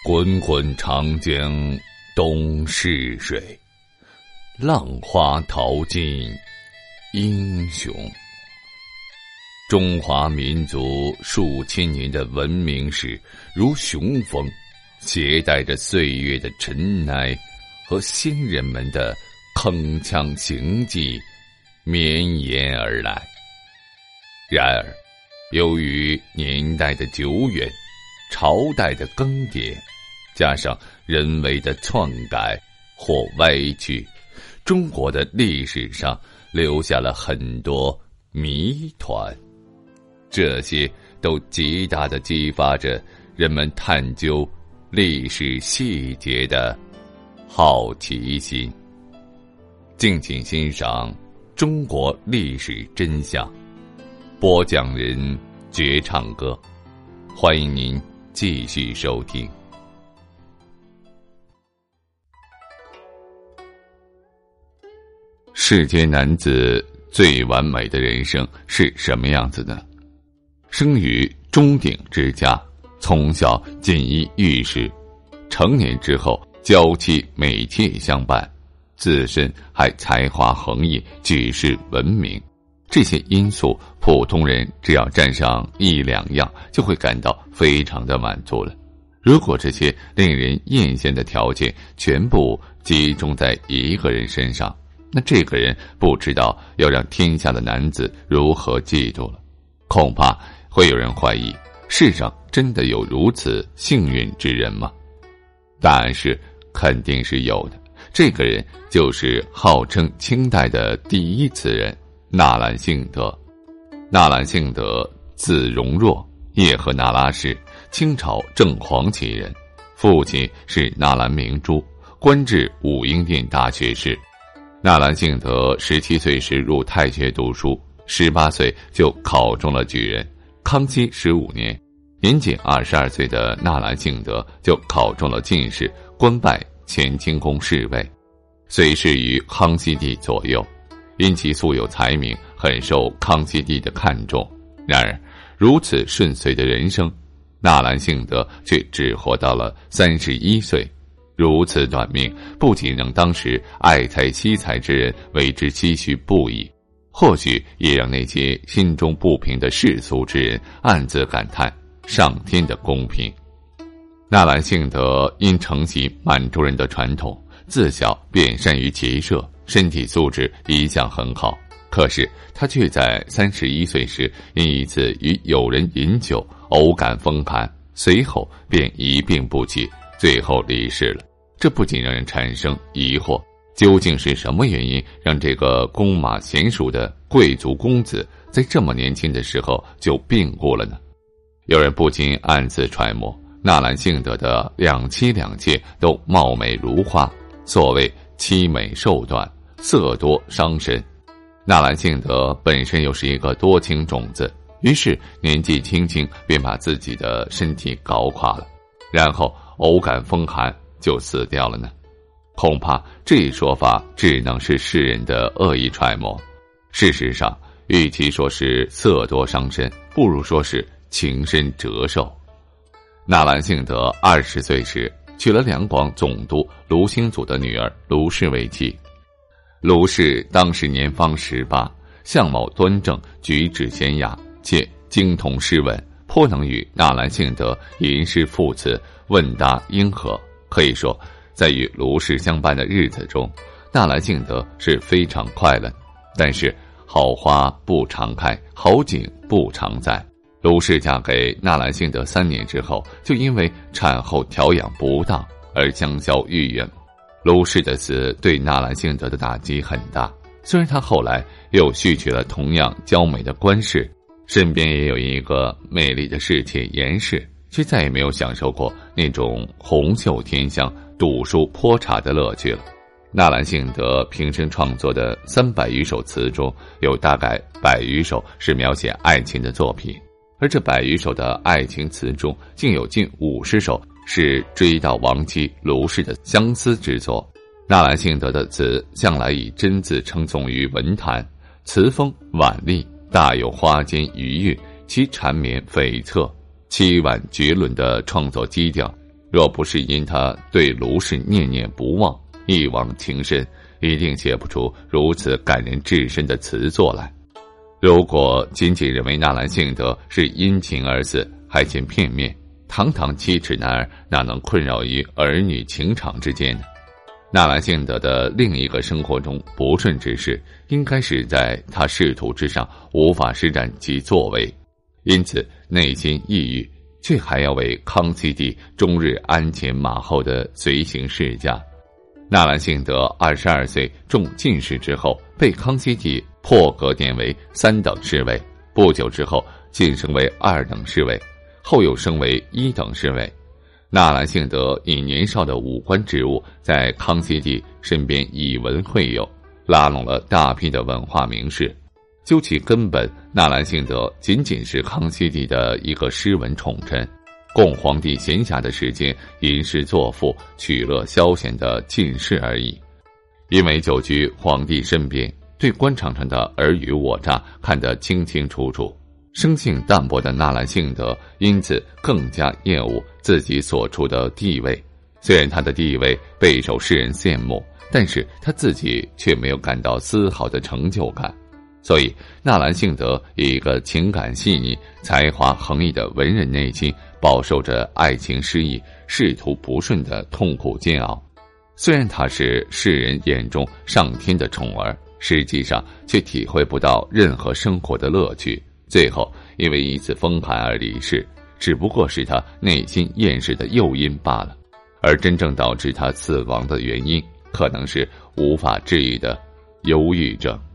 滚滚长江东逝水，浪花淘尽英雄。中华民族数千年的文明史，如雄风，携带着岁月的尘埃和先人们的铿锵行迹，绵延而来。然而，由于年代的久远，朝代的更迭，加上人为的篡改或歪曲，中国的历史上留下了很多谜团。这些都极大地激发着人们探究历史细节的好奇心。敬请欣赏中国历史真相，播讲人绝唱歌，欢迎您继续收听。世间男子最完美的人生是什么样子呢？生于中鼎之家，从小锦衣玉食，成年之后娇妻美妾相伴，自身还才华横溢，举世闻名。这些因素，普通人只要沾上一两样，就会感到非常的满足了。如果这些令人艳羡的条件全部集中在一个人身上，那这个人不知道要让天下的男子如何嫉妒了。恐怕会有人怀疑，世上真的有如此幸运之人吗？答案是肯定是有的。这个人就是号称清代的第一词人纳兰性德。纳兰性德字荣若，叶赫那拉氏，清朝正黄旗人，父亲是纳兰明珠，官至武英殿大学士。纳兰性德17岁时入太学读书，18岁就考中了举人。康熙15年，年仅22岁的纳兰性德就考中了进士，官拜乾清宫侍卫，随侍于康熙帝左右。因其素有才名，很受康熙帝的看重。然而，如此顺遂的人生，纳兰性德却只活到了31岁。如此短命，不仅让当时爱才惜才之人为之唏嘘不已，或许也让那些心中不平的世俗之人暗自感叹上天的公平。纳兰性德因承袭满洲人的传统，自小便善于骑射，身体素质一向很好。可是他却在31岁时因一次与友人饮酒偶感风寒，随后便一病不起，最后离世了。这不仅让人产生疑惑，究竟是什么原因让这个弓马娴熟的贵族公子在这么年轻的时候就病故了呢？有人不禁暗自揣摩，纳兰性德的两妻两妾都貌美如花，所谓妻美寿短，色多伤身。纳兰性德本身又是一个多情种子，于是年纪轻轻便把自己的身体搞垮了，然后偶感风寒就死掉了呢？恐怕这一说法只能是世人的恶意揣摩。事实上，与其说是色多伤身，不如说是情深折寿。纳兰性德20岁时娶了两广总督卢兴祖的女儿卢氏为妻。卢氏当时年方18，相貌端正，举止娴雅，且精通诗文，颇能与纳兰性德吟诗赋词，问答应和。可以说，在与卢氏相伴的日子中，纳兰性德是非常快乐。但是好花不常开，好景不常在。卢氏嫁给纳兰性德3年之后，就因为产后调养不当而香消玉殒。卢氏的死对纳兰性德的打击很大，虽然他后来又续娶了同样娇美的官氏，身边也有一个美丽的侍妾严氏，却再也没有享受过那种红袖添香、读书泼茶的乐趣了。纳兰性德平生创作的300余首词中，有大概100余首是描写爱情的作品，而这100余首的爱情词中，竟有近50首是追悼亡妻卢氏的相思之作。纳兰性德的词向来以真字称颂于文坛，词风婉丽，大有花间余韵，其缠绵悱恻、凄婉绝伦的创作基调， 若不是因他对卢氏念念不忘，一往情深，一定写不出如此感人至深的词作来。如果仅仅认为纳兰性德是因情而死，还嫌片面，堂堂7尺男儿哪能困扰于儿女情长之间呢？纳兰性德的另一个生活中不顺之事，应该是在他仕途之上无法施展其作为，因此内心抑郁，却还要为康熙帝终日鞍前马后的随行世家。纳兰性德22岁中进士之后，被康熙帝破格点为3等侍卫，不久之后晋升为2等侍卫，后又升为1等侍卫。纳兰性德以年少的武官职务，在康熙帝身边以文会友，拉拢了大批的文化名士。究其根本，纳兰性德仅仅是康熙帝的一个诗文宠臣，供皇帝闲暇的时间吟诗作赋、取乐消闲的进士而已。因为久居皇帝身边，对官场上的尔虞我诈看得清清楚楚，生性淡泊的纳兰性德因此更加厌恶自己所处的地位。虽然他的地位备受世人羡慕，但是他自己却没有感到丝毫的成就感。所以纳兰性德以一个情感细腻、才华横溢的文人内心，饱受着爱情失意、仕途不顺的痛苦煎熬。虽然他是世人眼中上天的宠儿，实际上却体会不到任何生活的乐趣，最后因为一次风寒而离世，只不过是他内心厌世的诱因罢了。而真正导致他死亡的原因，可能是无法治愈的忧郁症。